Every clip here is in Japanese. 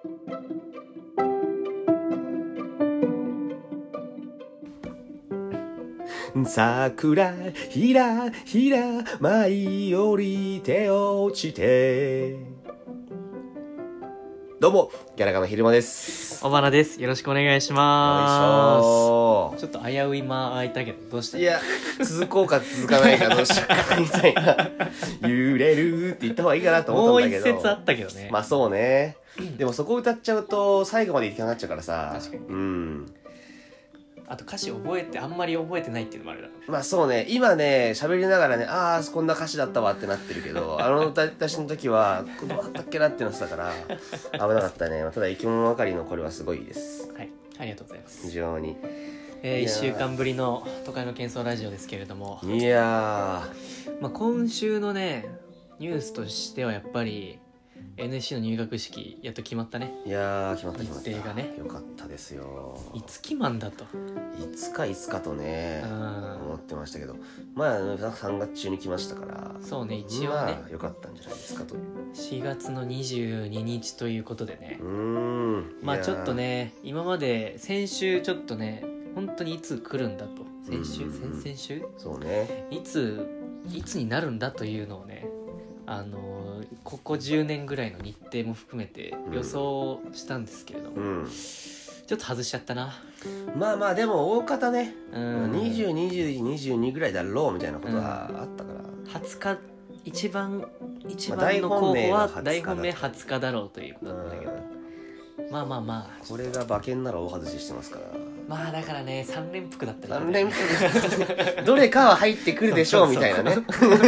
桜ひらひら舞い降りて落ちて。どうもギャラガの昼間です。 小花です。よろしくお願いしよいしまょす。ちょっと危うい間空いたけどどうした？ いや続こうか続かないかどうしようかみたいな揺れるって言った方がいいかなと思ったんだけど、 もう一節あったけどね。 まあそうね。でもそこ歌っちゃうと最後までいかなくなっちゃうからさ。 確かにね。 うん。 あと歌詞あんまり覚えてないっていうのもあるだろう。 まあそうね、今ね喋りながらね、ああこんな歌詞だったわってなってるけど、あの歌私の時はどうだったっけなってなってたから危なかったね。ただ生き物係のこれはすごいです。 はい、ありがとうございます。 非常に 1週間ぶりの都会の喧騒ラジオですけれども、 いやまあ、今週のねニュースとしてはやっぱり NSC の入学式やっと決まったね。 いや決まった日程がねよかったですよ。 いつ期満だといつかとね思ってましたけど、まあ3月中に来ましたから、 そうね、一応ね、 まあよかったんじゃないですかという。 4月の22日ということでね、まあちょっとね、今まで先週ちょっとね本当にいつ来るんだと、先週そうね、 いつになるんだというのをね、ここ10年ぐらいの日程も含めて予想したんですけれども、ちょっと外しちゃったな。 まあまあでも大方ね、20、21、22ぐらいだろうみたいなことはあったから、 20日一番の候補は大本命20日だろうということなんだけど、まあこれが馬券なら大外ししてますから。 まあだからね、3連複だったら 3連複どれかは入ってくるでしょうみたいなね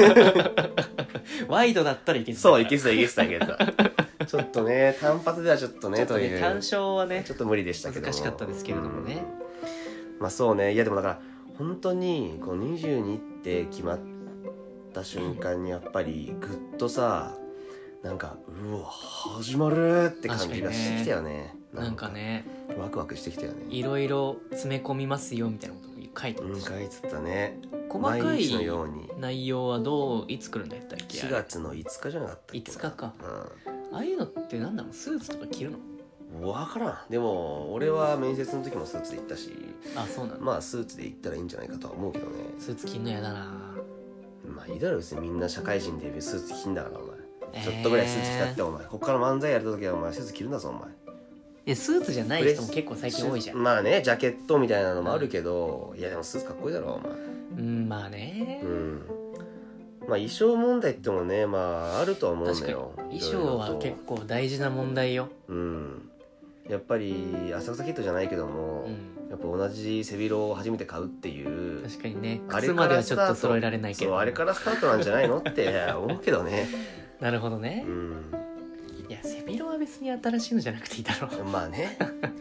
ワイドだったらいけてた。 そういけてたけどちょっとね単発ではちょっとねという単勝はねちょっと無理でしたけど難しかったですけれどもね、 まあそうね。いやでもだから本当にこう22って決まった瞬間にやっぱりグッとさ、なんかうわ始まるって感じがしてきたよね。 なんかねワクワクしてきたよね。 いろいろ詰め込みますよみたいなことも書いてたし、 書いてたね。 細かいのように内容はいつ来るんだったっけ。 4月の5日じゃなかったっけ。 5日か、ああいうのって何だろう、スーツとか着るの？ わからん。でも俺は面接の時もスーツで行ったし、 あ、そうなんだ。 まあスーツで行ったらいいんじゃないかとは思うけどね。 スーツ着んのやだな。 まあいいだろ別に、みんな社会人でスーツ着んだからお前、ちょっとぐらいスーツ着たってお前、こっから漫才やる時はお前スーツ着るんだぞお前。 スーツじゃない人も結構最近多いじゃん。 まあね、ジャケットみたいなのもあるけど、いやでもスーツかっこいいだろお前。 まあね、 まあ衣装問題ってもね、まああるとは思うんだよ。 衣装は結構大事な問題よ。 やっぱり浅草キッドじゃないけども、やっぱ同じ背広を初めて買うっていう、 確かにね、靴まではちょっと揃えられないけど、 あれからスタートなんじゃないのって思うけどねなるほどね。いや背広は別に新しいのじゃなくていいだろうまあね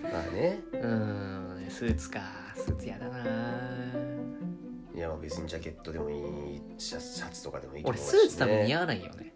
スーツやだな。 いや別にジャケットでもいい、シャツとかでもいいと思うし、ね、 俺スーツ多分似合わないよね。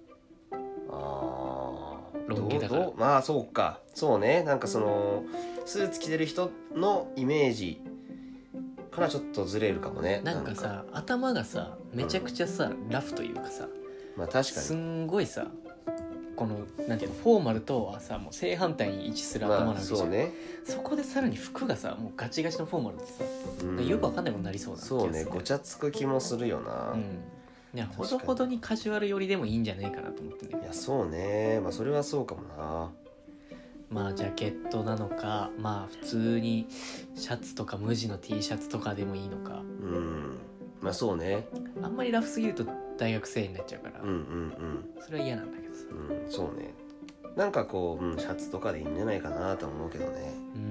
ロン毛だからまあそうか、そうね。なんかそのスーツ着てる人のイメージからちょっとずれるかもね。 なんかさ、頭がさめちゃくちゃさ、ラフというかさ、 まあ確かにすんごいさ、このなんていうの、フォーマルとはさもう正反対に位置する頭なわけじゃん、 そうね。 そこでさらに服がさもうガチガチのフォーマルってさ、よくわかんないものになりそうな気がする。 そうね、ごちゃつく気もするよな。 いやほどほどにカジュアル寄りでもいいんじゃないかなと思ってね。 いやそうね、まあそれはそうかもな。 まあジャケットなのか、まあ普通にシャツとか無地の T シャツとかでもいいのか。 まあそうね。 あんまりラフすぎると大学生になっちゃうから、それは嫌なんだけどさ。 そうね。なんかこう、シャツとかでいいんじゃないかなと思うけどね。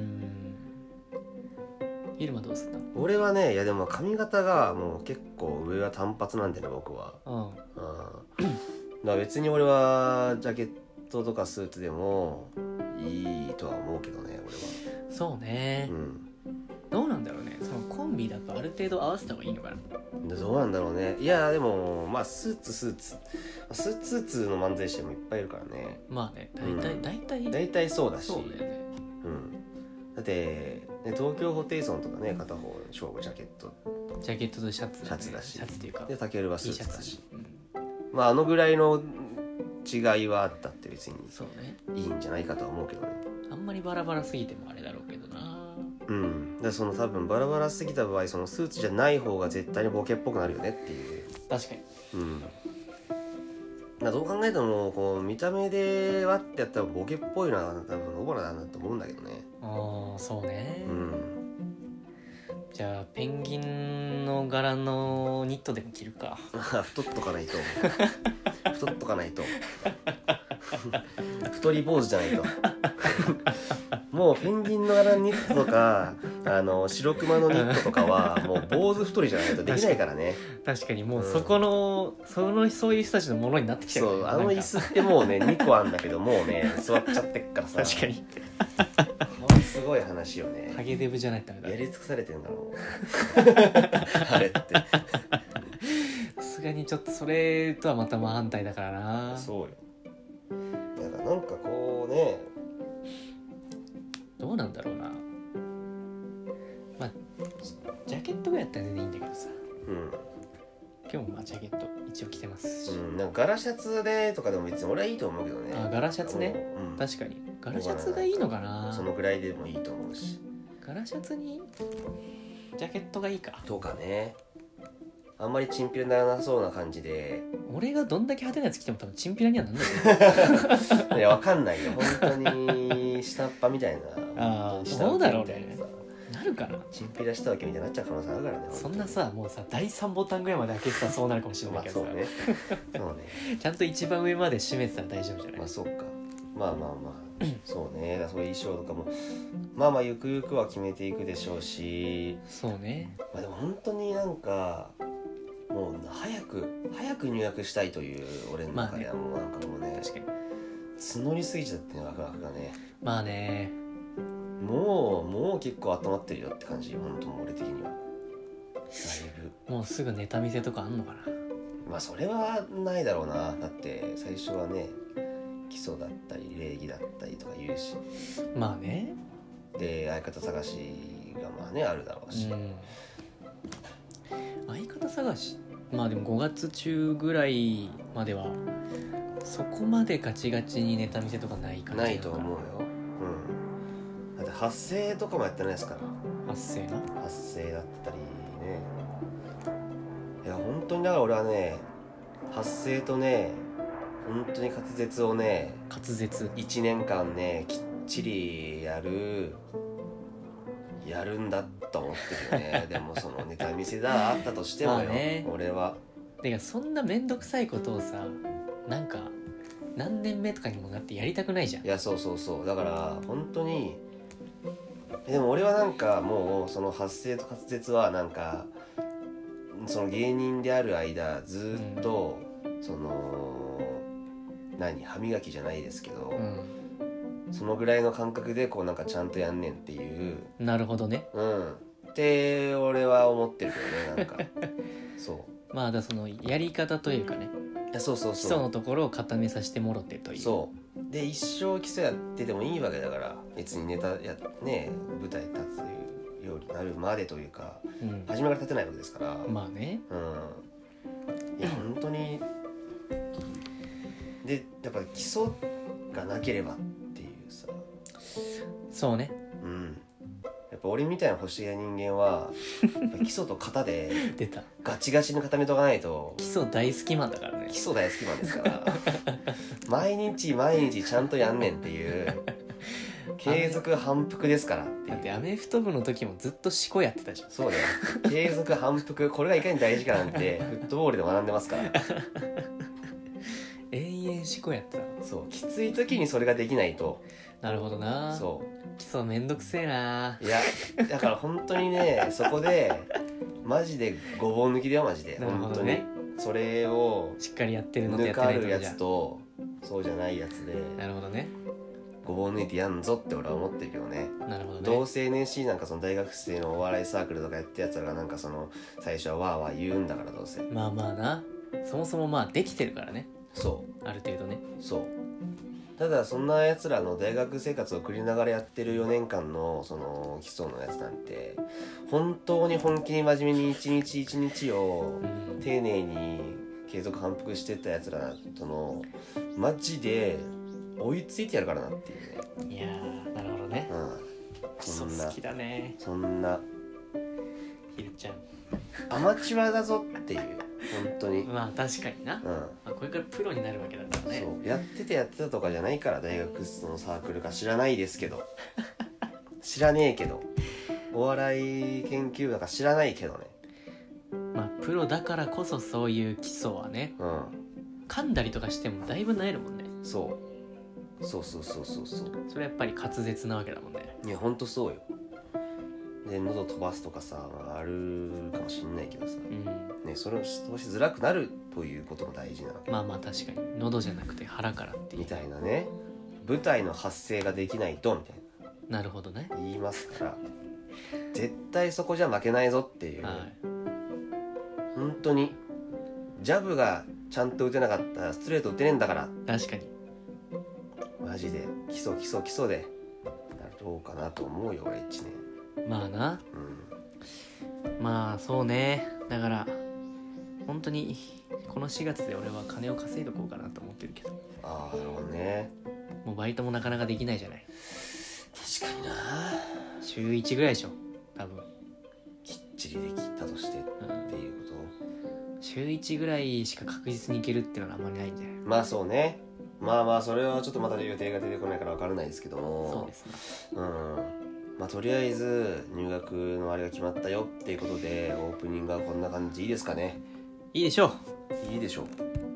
イルマどうすんの？ 俺はね、いやでも髪型がもう結構上は単発なんでね、僕は。だから別に俺はジャケットとかスーツでもいいとは思うけどね、俺は。 そうね。どうなんだろうね。そのコンビだとある程度合わせた方がいいのかな。 どうなんだろうね。いやでもまあスーツの漫才師もいっぱいいるからね。 まあね、大体そうだし。 そうだよね。 だってね、東京ホテイソンとかね、片方勝負ジャケットとシャツだし、 シャツっていうかでタケルはスーツだし、 Tシャツ、 まああのぐらいの違いはあったって別にそうね、 いいんじゃないかとは思うけどね。 あんまりバラバラすぎてもあれだろうけどな。 うん、だからその多分バラバラすぎた場合そのスーツじゃない方が絶対にボケっぽくなるよねっていう。 確かに。 うんどう考えてもこう見た目ではってやったらボケっぽいのは多分オバラだなと思うんだけどね。 ああそうね、 うんじゃあペンギンの柄のニットでも着るか。 太っとかないと太っとかないと太り坊主じゃないともうペンギンの柄のニットとか白クマのニットとかはもう坊主太りじゃないとできないからね。 確かにもうそこの、そういう人たちのものになってきちゃう、 そう椅子ってもうね2個あんだけどもうね座っちゃってっからさ。 確かにこれすごい話よね。 ハゲデブじゃないとダメだ、 やり尽くされてんだろうあれってさすがにちょっとそれとはまた真反対だからな。 そうよ。だからなんかこうねどうなんだろうな。まあジャケットがやったら全然いいんだけどさ、今日もまあジャケット一応着てますし、 なんか柄シャツでとかでも別に俺はいいと思うけどね。 あ柄シャツね、 うん、 確かに柄シャツがいいのかな。 そのぐらいでもいいと思うし。 柄シャツにジャケットがいいかとかね。あんまりチンピラにならなそうな感じで。 俺がどんだけ派手なやつ着ても多分チンピラにはなんないよいやわかんないよ本当に下っ端みたいな。 あー本当に下請けみたいなさそうだろうねなるかな。 チンピラ下請けみたいになっちゃう可能性あるからね。 そんなさもうさ第3ボタンぐらいまで開けてたらそうなるかもしれないけどさ、 まあそうねそうねちゃんと一番上まで閉めてたら大丈夫じゃない、 まあそうか。まあそうね。だからそういう衣装とかもまあゆくゆくは決めていくでしょうし。 そうね。 まあでも本当になんかもう早く入学したいという俺の中ではもうなんかもうね、 確かに募りすぎちゃってねワクワクがね。 まあねもう結構温まってるよって感じ。本当もう俺的にはだいぶ。 もうすぐネタ見せとかあんのかな。 まあそれはないだろうな。だって最初はね基礎だったり礼儀だったりとか言うし、 まあねで相方探しがまあねあるだろうし、 相方探しまあでも5月中ぐらいまではそこまでガチガチにネタ見せとかない感じないと思うよ。だって発声とかもやってないですから。 発声な発声だったりね。いや本当にだから俺はね発声とね本当に滑舌をね滑舌 1年間ねきっちりやるんだと思ってるよねでもそのネタ見せあったとしてもよ、 まあね俺はてかそんなめんどくさいことをさなんか何年目とかにもなってやりたくないじゃん。 いやそうだから本当にでも俺はなんかもうその発声と滑舌はなんかその芸人である間ずっと、その歯磨きじゃないですけど、そのぐらいの感覚でこうなんかちゃんとやんねんっていうなるほどねって俺は思ってるけどねなんかそうまあだそのやり方というかねいやそう基礎のところを固めさせてもろてというそうで一生基礎やっててもいいわけだから別にネタやね舞台立つようになるまでというか、初めから立てないわけですからまあねいや本当にでやっぱ基礎がなければっていうさそうねやっぱ俺みたいな星や人間はやっぱ基礎と型で出たガチガチに固めとかないと基礎大好きマンだからね。 基礎大好きマンですから毎日ちゃんとやんねんっていう継続反復ですからっていう。 だってアメフト部の時もずっと四股やってたじゃん。 そうだよ継続反復これがいかに大事かなんてフットボールで学んでますから永遠四股やってたの。 そうきつい時にそれができないと。 なるほどな。 そう基礎めんどくせえな。 いやだから本当にねそこでマジでごぼう抜きだよマジで、 なるほ本当にどね。 それをしっかりやってるのとや抜ってないとじゃかるやつとそうじゃないやつでなるほどね。 ごぼう抜いてやんぞって俺は思ってるけどね。 なるほどね。 同性年始なんかその大学生のお笑いサークルとかやってるやつらがなんかその最初はわーわー言うんだからどうせまあまあな。そもそもまあできてるからね。 そうある程度ね。 そうただそんなやつらの大学生活を送りながらやってる4年間のその基礎のやつなんて本当に本気に真面目に一日一日を丁寧に継続反復してたやつらとのマジで追いついてやるからなっていうね。 いやーなるほどね。 そんな好きだねそんなひるちゃん。 アマチュアだぞっていう本当に、 まあ確かにな、まあ、これからプロになるわけだからね。 そうやってたとかじゃないから、大学のサークルか知らないですけど知らねえけど、お笑い研究だから知らないけどね。 まあプロだからこそそういう基礎はね、噛んだりとかしてもだいぶなえるもんね。 そうそうそれはやっぱり滑舌なわけだもんね。 いやほんとそうよ。で喉飛ばすとかさ、あるかもしんないけどさ、ね、それを飛ばしづらくなるということも大事なわけ。 まあまあ確かに喉じゃなくて腹からっていうみたいなね。舞台の発声ができないとみたいなるほどね。 な言いますから絶対そこじゃ負けないぞっていう、本当にジャブがちゃんと打てなかったらストレート打てねえんだから。 確かにマジで基礎でなろうかなと思うよ俺1年。 まあな、まあそうね。だから本当にこの4月で俺は金を稼いどこうかなと思ってるけど。 ああなるほどね。 もうバイトもなかなかできないじゃない。 確かにな。 週1ぐらいでしょ多分。 きっちりできたとしてっていうこと、 週1ぐらいしか確実にいけるっていうのはあんまりないんじゃない。 まあそうね。まあそれはちょっとまだ予定が出てこないから分からないですけども。 そうですね。 まあとりあえず入学のあれが決まったよっていうことで、オープニングはこんな感じいいですかね。 いいでしょう。 いいでしょう。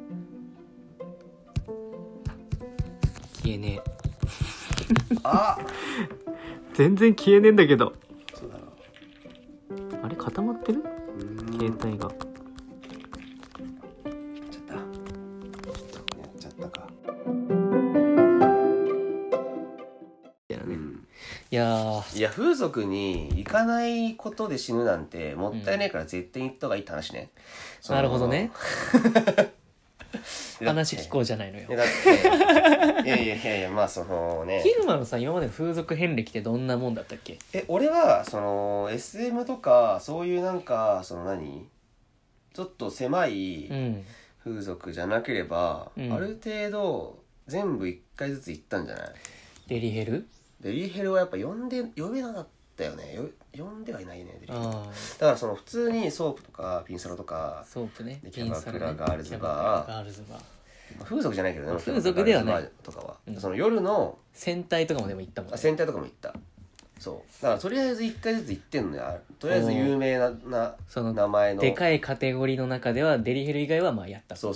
消えねえあ全然消えねえんだけど。 そうだな。 あれ固まってる携帯が。 やっちゃったか。 いや風俗に行かないことで死ぬなんてもったいないから絶対に行った方がいいって話ね。 なるほどね話聞こうじゃないのよ。 だっていやまあそのね、 ヒルマのさ今までの風俗遍歴ってどんなもんだったっけ。 俺はその SM とかそういうなんかそのちょっと狭い風俗じゃなければ、ある程度全部1回ずつ行ったんじゃない。 デリヘルはやっぱ呼べなかったよね。呼んではいないね。だあからその普通にソープとかピンサロとかソープね、 キャバクラガールズキャバガールズバーー、風俗じゃないけどね、 風俗ではないキャバクラガールズバーとかは、その夜の戦隊とかもでも行ったもんね。 戦隊とかも行った。そうだからとりあえず1回ずつ行ってんのよ。とりあえず有名なその名前のでかいカテゴリーの中ではデリヘル以外はまあやった。 そう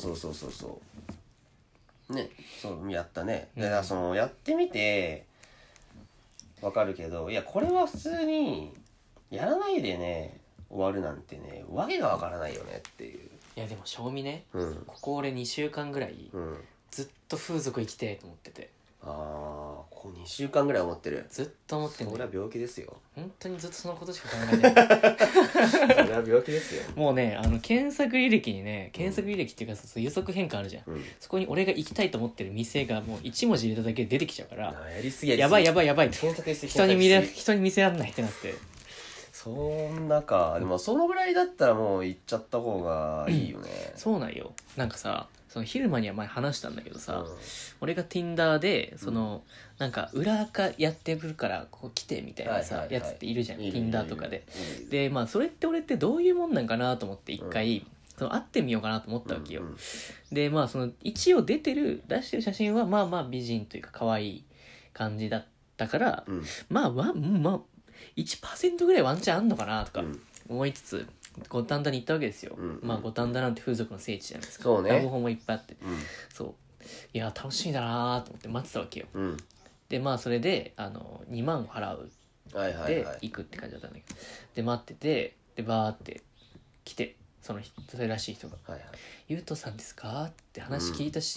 ね、そうやったね。だからそのやってみてわかるけど、いやこれは普通にやらないでね終わるなんてね、わけがわからないよねっていう。 いやでも正味ね、ここ俺2週間ぐらいずっと風俗行きてえと思ってて。 ここ2週間ぐらい思ってる。 ずっと思ってんだよ。 俺は病気ですよ。 本当にずっとそのことしか考えてない俺は病気ですよ。もうね、検索履歴にね、検索履歴っていうか予測変換あるじゃん、そこに俺が行きたいと思ってる店がもう1文字入れただけで出てきちゃうから、 やりすぎやばいって検索して人に見せらんないってなって。 そんなか。でもそのぐらいだったらもう行っちゃった方がいいよね。 そうなんよ。なんかさ、その昼間には前話したんだけどさ、俺が Tinder でその、なんか裏垢やってくるからここ来てみたいなさ、やつっているじゃん、Tinder とかで。でまあそれって俺ってどういうもんなんかなと思って一回、その会ってみようかなと思ったわけよ。でまあその一応出してる写真はまあまあ美人というか可愛い感じだったから、まあ1% ぐらいワンチャンあんのかなとか思いつつ五反田に行ったわけですよ。まあ五反田なんて風俗の聖地じゃないですか。ラブホもいっぱいあって、そういや楽しみだなと思って待ってたわけよ。でまあそれで2万払うで行くって感じだったんだけど、で待ってて、でバーって来てそれらしい人が「ゆうとさんですか?」って話聞いたし、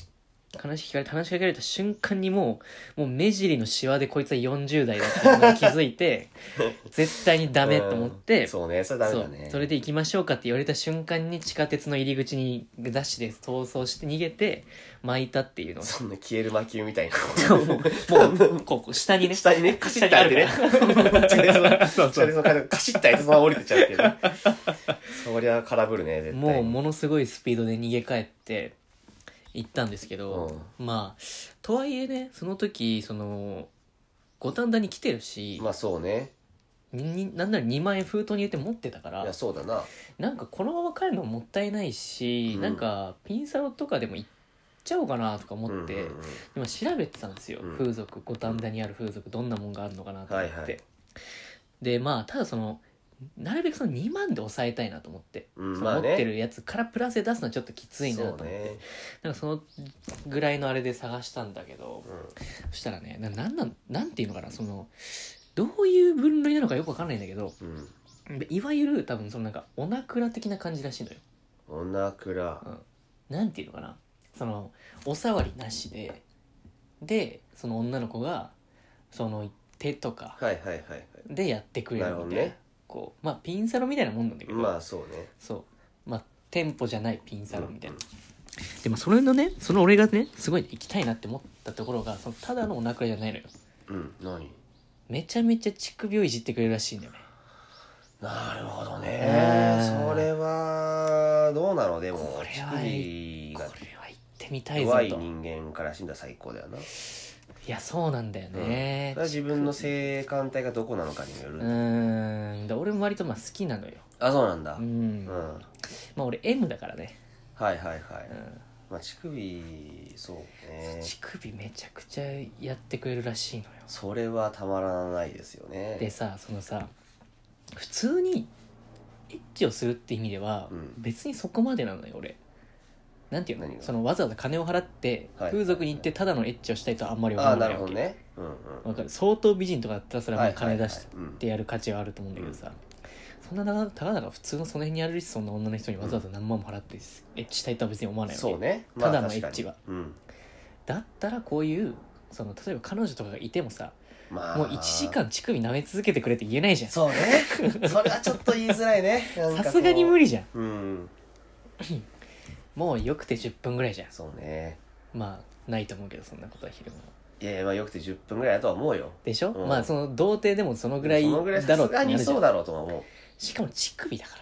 話しかけられた瞬間にもう目尻のシワでこいつは40代だっていうのに気づいて絶対にダメと思って、 そうね、それダメだね。 それで行きましょうかって言われた瞬間に地下鉄の入り口にダッシュで逃走して逃げて巻いたっていうのをそんな消える魔球みたいもうこう下にね下にね、カシッてあってね。地下鉄の階段カシッてあいてそのまま降りてっちゃうっていうね。そりゃ空振るね、絶対。 もうものすごいスピードで逃げ帰って行ったんですけど、まあとはいえね、その時その五反田に来てるし、 まあそうね。 なんなら2万円封筒に入れて持ってたから、 いや、そうだな。 なんかこのまま帰るのもったいないし、なんかピンサロとかでも行っちゃおうかなとか思って、今調べてたんですよ、風俗、五反田にある風俗どんなもんがあるのかなと思って、でまあただそのなるべくその2万で抑えたいなと思って、その持ってるやつからプラスで出すのはちょっときついなと思って、なんかそのぐらいのあれで探したんだけど、そしたらね、なんていうのかな、そのどういう分類なのかよくわかんないんだけど、いわゆる多分そのなんかオナクラ的な感じらしいのよ。 オナクラ、 なんていうのかな、そのお触りなしでその女の子がその手とかでやってくれるみたいな、こうまあピンサロみたいなもんなんだけど、 まあそうね、 そうまあ店舗じゃないピンサロみたいな、でもそれのね、その俺がねすごい行きたいなって思ったところが、そのただのオナクラじゃないのよ。 何？ めちゃめちゃ乳首をいじってくれるらしいんだよね。 なるほどね。それはどうなの？でもこれは行ってみたいぞと。 弱い人間から死んだら最高だよな。 いやそうなんだよね、 それは自分の性感帯がどこなのかにもよる。 俺も割とまあ好きなのよ。 あ、そうなんだ。 まあ俺 M だからね。 はいはいはい、まあ乳首、そうね、 乳首めちゃくちゃやってくれるらしいのよ。 それはたまらないですよね。 でさ、そのさ普通にエッチをするって意味では別にそこまでなのよ俺。なんていうの、そのわざわざ金を払って風俗に行ってただのエッチをしたいとはあんまり思わないわけ。 なるほどね、 わかる。相当美人とかだったらそれはもう金出してやる価値はあると思うんだけどさ、そんなたかだか普通のその辺にあるし、そんな女の人にわざわざ何万も払ってエッチしたいとは別に思わないわけ。 そうね、 ただのエッチは、だったらこういうその例えば彼女とかがいてもさ、もう1時間乳首舐め続けてくれって言えないじゃん。 そうねそれはちょっと言いづらいね。 さすがに無理じゃん。もうよくて10分ぐらいじゃん。 そうね。 まあないと思うけどそんなことは昼間。 いやいや、まあよくて10分ぐらいだとは思うよ。 でしょ、まあその童貞でもそのぐらいだろうってなるじゃん。 さすがにそうだろうとは思う。 しかも乳首だから、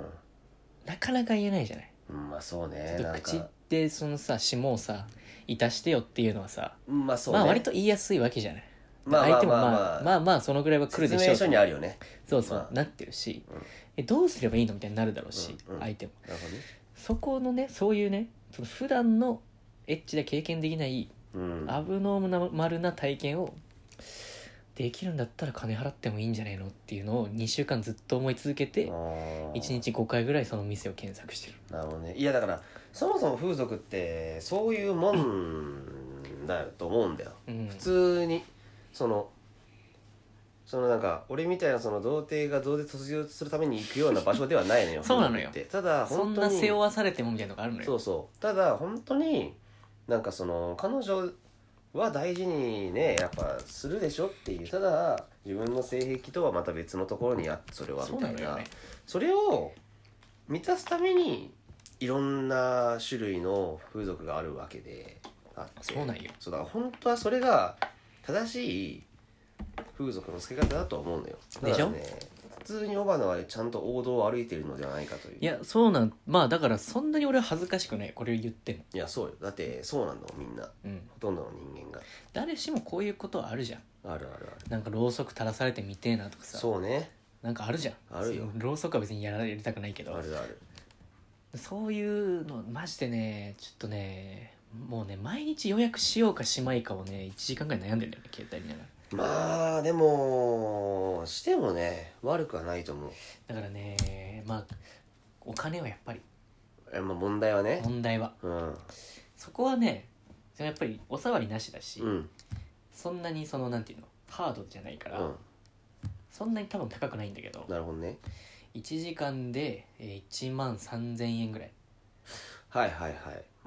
なかなか言えないじゃない。 まあそうね。 ちょっと口でそのさ霜をさいたしてよっていうのはさ、 まあそうね、 まあ割と言いやすいわけじゃない。 相手もまあそのぐらいは来るでしょう。 説明書にあるよね。 そうそう、なってるし、どうすればいいのみたいになるだろうし、相手も。なるほどね。そこのね、そういうね、その普段のエッチで経験できないアブノーマルな体験をできるんだったら金払ってもいいんじゃないのっていうのを2週間ずっと思い続けて、1日5回ぐらいその店を検索してる。 なるほどね。いやだからそもそも風俗ってそういうもんだと思うんだよ、普通にそのなんか俺みたいなその童貞が童貞卒業するために行くような場所ではないのよそうなのよ。 ただ本当にそんな背負わされてもみたいなのがあるのよ。 そうそう。ただ本当になんかその彼女は大事にねやっぱするでしょっていう、ただ自分の性癖とはまた別のところにあってそれはみたいな、それを満たすためにいろんな種類の風俗があるわけであって、 そうなんよ。 そうだから本当はそれが正しい風俗の付け方だと思うのよ。 でしょ、 普通に尾花はちゃんと王道を歩いてるのではないかという。 いやそうなん、まあだからそんなに俺は恥ずかしくないこれを言っても。 いやそうよ、だってそうなんだもんみんな、ほとんどの人間が。 誰しもこういうことはあるじゃん。 あるあるある。 なんかろうそく垂らされてみてえなとかさ。 そうね、 なんかあるじゃん。 あるよ。 ろうそくは別にやりたくないけど、 あるある。 そういうのマジでね、ちょっとね、もうね毎日予約しようかしまいかをね1時間ぐらい悩んでるんだよね、携帯見ながら。 まあでもしてもね悪くはないと思う。 だからね、まあお金はやっぱりまあ問題はね、 そこはねやっぱりお触りなしだし、そんなにそのなんていうのハードじゃないから、そんなに多分高くないんだけど。 なるほどね。 1時間で1万3000円ぐらい。 はいはいはい。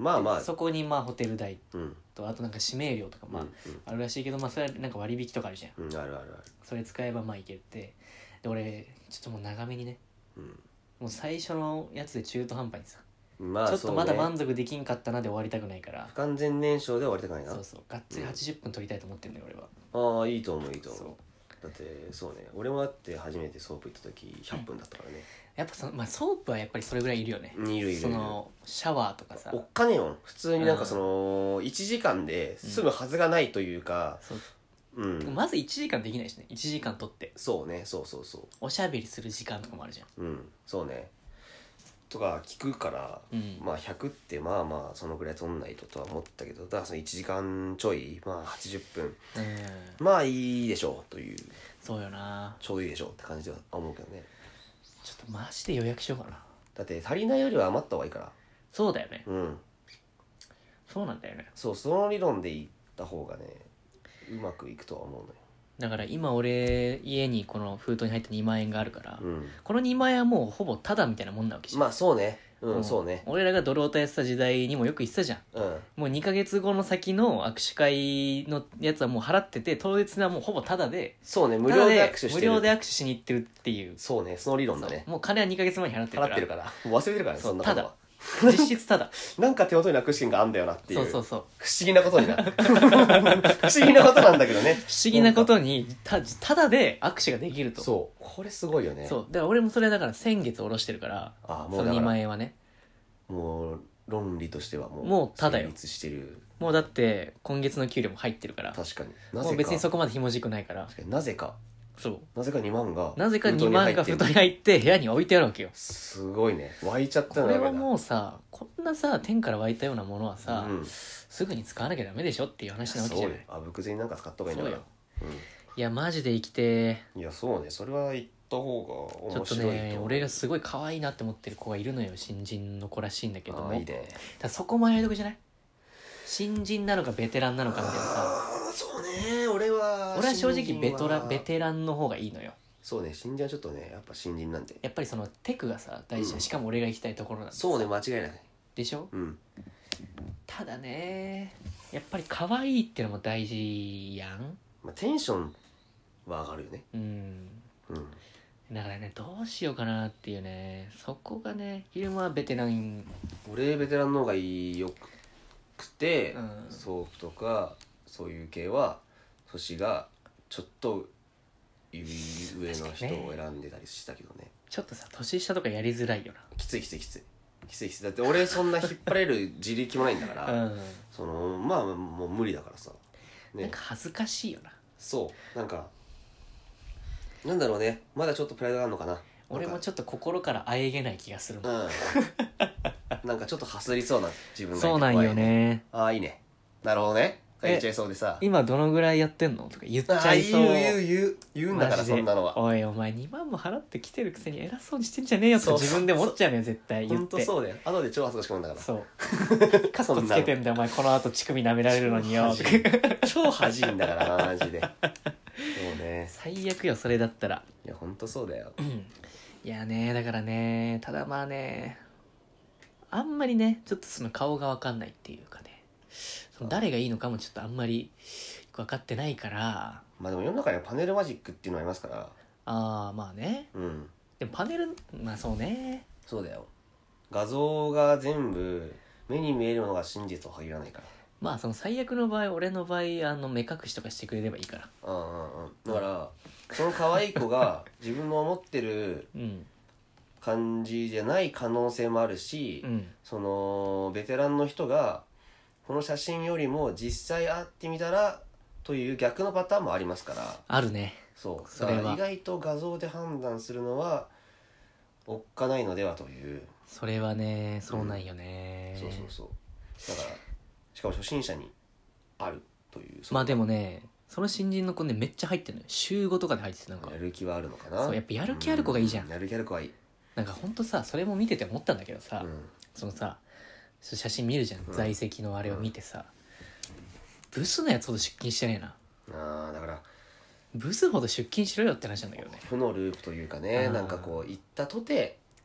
まあまあそこにまあホテル代うんとあとなんか指名料とかまああるらしいけど、まあそれはなんか割引とかあるじゃん、 うんあるあるあるそれ使えばまあいけるってで俺ちょっともう長めにねうんもう最初のやつで中途半端にさ、 まあちょっとまだそうね満足できんかったなで終わりたくないから不完全燃焼で終わりたくないなそうそうがっつり80分撮りたいと思ってんだよ俺は。 ああいいと思ういいとそう思うだってそうね俺もだって初めてソープ行った時100分だったからね、 やっぱまあ、ソープはやっぱりそれぐらいいるよね、 いるいるいるそのシャワーとかさおっかねえよ普通になんかその1時間で済むはずがないというかそううん、 まず1時間できないしね1時間撮ってそうねそうそうそおしゃべりする時間とかもあるじゃん。 うそうねとか聞くから、 うんまあ100ってまあまあそのぐらい取んないとは思ったけどだからその1時間ちょいまあ80分うんまあいいでしょうというそうよな。 ちょうどいいでしょうって感じでは思うけどねちょっとマジで予約しようかな。 だって足りないよりは余った方がいいからそうだよねうんそうなんだよね。 そうその理論でいった方がねうまくいくとは思うのよだから今俺家にこの封筒に入った2万円があるから、 うんこの2万円はもうほぼタダみたいなもんなわけじゃん。 まあそうねうん、 んそうね俺らがドルオタやってた時代にもよく言ってたじゃん。 うんもう2ヶ月後の先の握手会のやつはもう払ってて当日はもうほぼタダでそうね無料で握手してる無料で握手しに行ってるっていうそうねその理論だねもう金は2ヶ月前に払ってるから払ってるからもう忘れてるからねそうそんなことは実質タダなんか手元になくし券があんだよなっていうそうそうそう不思議なことになる不思議なことなんだけどね不思議なことにタダで握手ができるとそうこれすごいよねそうだから俺もそれだから先月下ろしてるからその2 あもうだから万円はねもう論理としてはもうただよ成立してるもうだって今月の給料も入ってるから確かになぜかもう別にそこまでひもじくないから確かになぜかそうなぜか2万がなぜか2万が封筒に入ってる布団に入って部屋に置いてあるわけよ。 すごいね湧いちゃったこれはうもうさこんなさ天から湧いたようなものはさ、 うんすぐに使わなきゃダメでしょっていう話なわけじゃない。 あぶく銭なんか使った方がいいんだからいやマジで生きていやそうねそれは言った方がちょっと面白いね俺がすごい可愛いなって思ってる子がいるのよ新人の子らしいんだけどもいいねただそこもやりどこじゃない新人なのかベテランなのかみたいなさあそうね俺は正直新人ベテランの方がいいのよ。 そうね新人はちょっとねやっぱ新人なんでやっぱりそのテクがさ大事じゃん、 うんしかも俺が行きたいところなんでそうね間違いないでしょ。 うんただねやっぱり可愛いってのも大事やん。 まあテンションは上がるよねうんうんだからねどうしようかなっていうねそこがね昼間はベテラン俺ベテランの方がよくて、 うんソープとかそういう系は星がちょっと上の人を選んでたりしたけどねちょっとさ年下とかやりづらいよきついきついきついきついきついだって俺そんな引っ張れる自力もないんだから、 な、 そのまあもう無理だからさなんか恥ずかしいよな。 そうなんかなんだろうねまだちょっとプライドがあるのかな俺もちょっと心からあえげない気がするもんうんなんかちょっとはすりそうな自分がいてそうなんよね。 ああいいねなるほどね言っちゃいそうでさ今どのぐらいやってんのとか言っちあゃいそう。 言うんだからマジでそんなのはおいお前2万も払ってきてるくせに偉そうにしてんじゃねえよってそう自分で思っちゃうのよ絶対言ほんってとそうだよ後で超恥ずかしくなるんだからそうカッコつけてんだよお前この後乳首舐められるのによ恥じ超恥じいんだからなマジでそうね最悪よそれだったら。 いやほんとそうだよいやねだからねただまあねあんまりねちょっとその顔が分かんないっていうかねその誰がいいのかもちょっとあんまり分かってないからまあでも世の中にはパネルマジックっていうのありますからああまあねうんでもパネルまあそうねそうだよ画像が全部目に見えるのが真実とは限らないからまあその最悪の場合俺の場合目隠しとかしてくれればいいからうんうんうんだからその可愛い子が自分の思ってるうん感じじゃない可能性もあるし、 うんそのベテランの人がこの写真よりも実際会ってみたらという逆のパターンもありますからあるねそうそれはだから意外と画像で判断するのはおっかないのではという、 それはねそうなんよね、 そうそうそうだからしかも初心者にあるというまあでもねその新人の子ねめっちゃ入ってるのよ週5とかで入っててなんかやる気はあるのかなそうやっぱやる気ある子がいいじゃんやる気ある子はいい、 なんかほんとさそれも見てて思ったんだけどさ、 うんそのさ写真見るじゃん、 うん在籍のあれを見てさ、ブスのやつほど出勤してねえなあーだからブスほど出勤しろよって話なんだけどね負のループというかねあーなんかこう行ったとて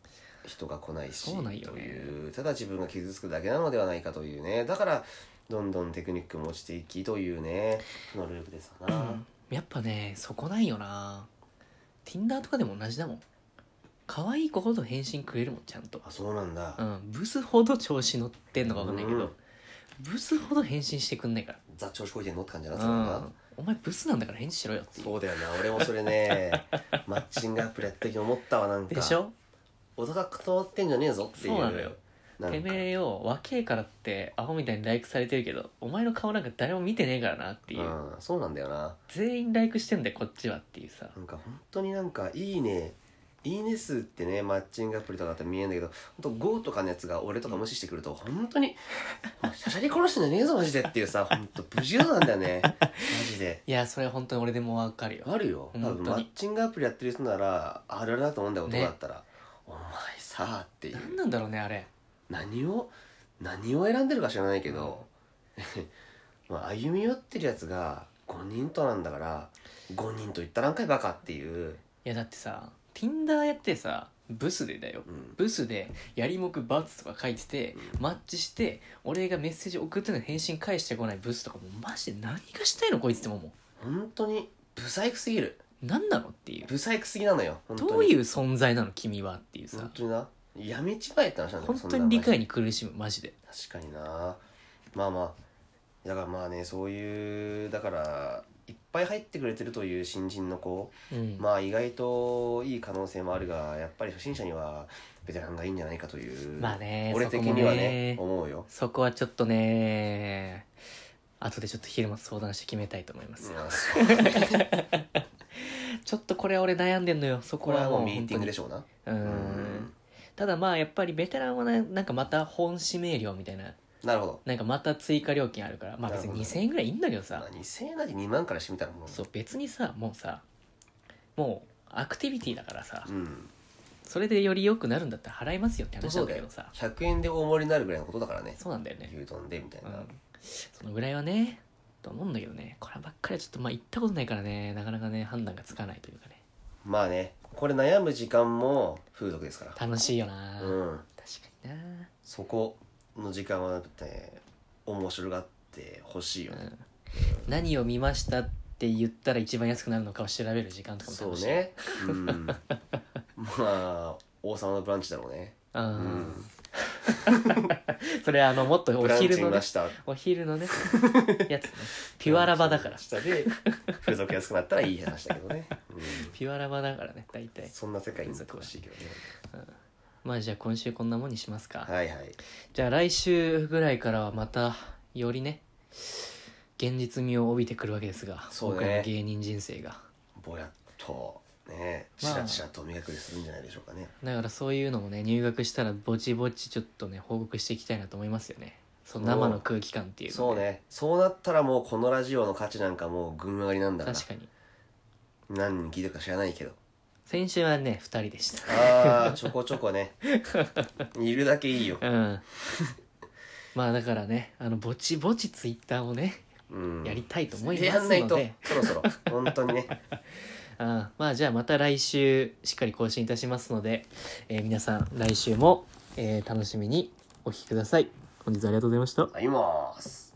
人が来ないしそうなんよねという、ただ自分が傷つくだけなのではないかというね。だからどんどんテクニックも落ちていきというね、このループですわな、 やっぱねそこないよな。 Tinder とかでも同じだもん。可愛い子ほど返信くれるもんちゃんと。 あ、そうなんだ、 ブスほど調子乗ってんのか分かんないけど、 うんブスほど返信してくんないから。 ザ調子こいてんのって感じなんだな、 お前ブスなんだから返事しろよっていう。 そうだよな。俺もそれねマッチングアプリやった時思ったわ。なんかでしょ。 音が伝わってんじゃねえぞっていう。 そうなのよ。 なんかてめえよ若えからってアホみたいにライクされてるけどお前の顔なんか誰も見てねえからなっていう、 そうなんだよな。 全員ライクしてんだよこっちはっていうさ。 なんか本当になんかいいね数ってね、マッチングアプリとかだって見えんだけど、ほんと GO とかのやつが俺とか無視してくると本当にシャシャリ殺してんじゃねえぞマジでっていうさ、本当無事なんだよねマジで。 いやそれは本当に俺でも分かるよ。 あるよ多分。 本当にマッチングアプリやってる人ならあるあるだと思うんだよ、男ねだったら、お前さっていう、 何なんだろうねあれ。 何を選んでるか知らないけど、まあ、歩み寄ってるやつが5人となんだから5人と言ったらんかいバカっていう、 いやだってさ Tinder やってさブスでだよ、ブスでやりもく×とか書いてて、マッチして俺がメッセージ送っての返信返してこないブスとかもうマジで何がしたいのこいつってもう本当にブサイクすぎる。 何なのっていう、 ブサイクすぎなのよ本当に。 どういう存在なの君はっていうさ本、当にな、やめちまえって話なんだよ。 本当にそんなマジ理解に苦しむマジで。 確かにな。まあまあだからまあね、そういうだからいっぱい入ってくれてるという新人の子、まあ意外といい可能性もあるが、やっぱり初心者にはベテランがいいんじゃないかという、 まあね俺的にはねそこもね思うよ。 そこはちょっとね後でちょっと昼間相談して決めたいと思いますよ、ちょっとこれは俺悩んでんのよそここれはもうはもうミーティングでしょうな。 ただまあやっぱりベテランはねなんかまた本指名料みたいな、 なるほど。 なんかまた追加料金あるからまあ別になるほど 2000円ぐらいいいんだけどさ、 2000円なり2万からしてみたらもうそう別にさもうアクティビティだからさ、 うんそれでより良くなるんだったら払いますよって話なそうんだよだけどさ。 100円で大盛りになるぐらいのことだからね。 そうなんだよね、 牛丼でみたいな、 そのぐらいはねと思うんだけどね、こればっかりはちょっとまあ行ったことないからねなかなかね判断がつかないというかね。 まあね、これ悩む時間も風俗ですから。 楽しいよな、 うん確かにな、 そこの時間はだって面白がってほしいよね、 何を見ましたって言ったら一番安くなるのかを調べる時間とかも楽しい。 そうね、まあ王様のブランチだろうね。 それもっとおブランチ昼のね見ましたお昼のねやつねピュアラバだから下で風俗安くなったらいい話だけどね、 ピュアラバだからね大体。 そんな世界に行ってほしいけどね。 まあじゃあ今週こんなもんにしますか。 はいはい。 じゃあ来週ぐらいからはまたよりね現実味を帯びてくるわけですが、 そうね僕らの芸人人生が。 ぼやっとねチまあラチラと磨くりするんじゃないでしょうかね。 だからそういうのもね入学したらぼちぼちちょっとね報告していきたいなと思いますよね。その生の空気感っていうのそうね、そうなったらもうこのラジオの価値なんかもう群上がりなんだから。 確かに何人聞いてるか知らないけど。 先週はね2人でした。 ああちょこちょこねいるだけいいよ。 まあだからねぼちぼちツイッターをね、やりたいと思いますやんないとのでそろそろ本当にねまあじゃあまた来週しっかり更新いたしますので、皆さん来週も、楽しみにお聞きください。本日はありがとうございました。 あります。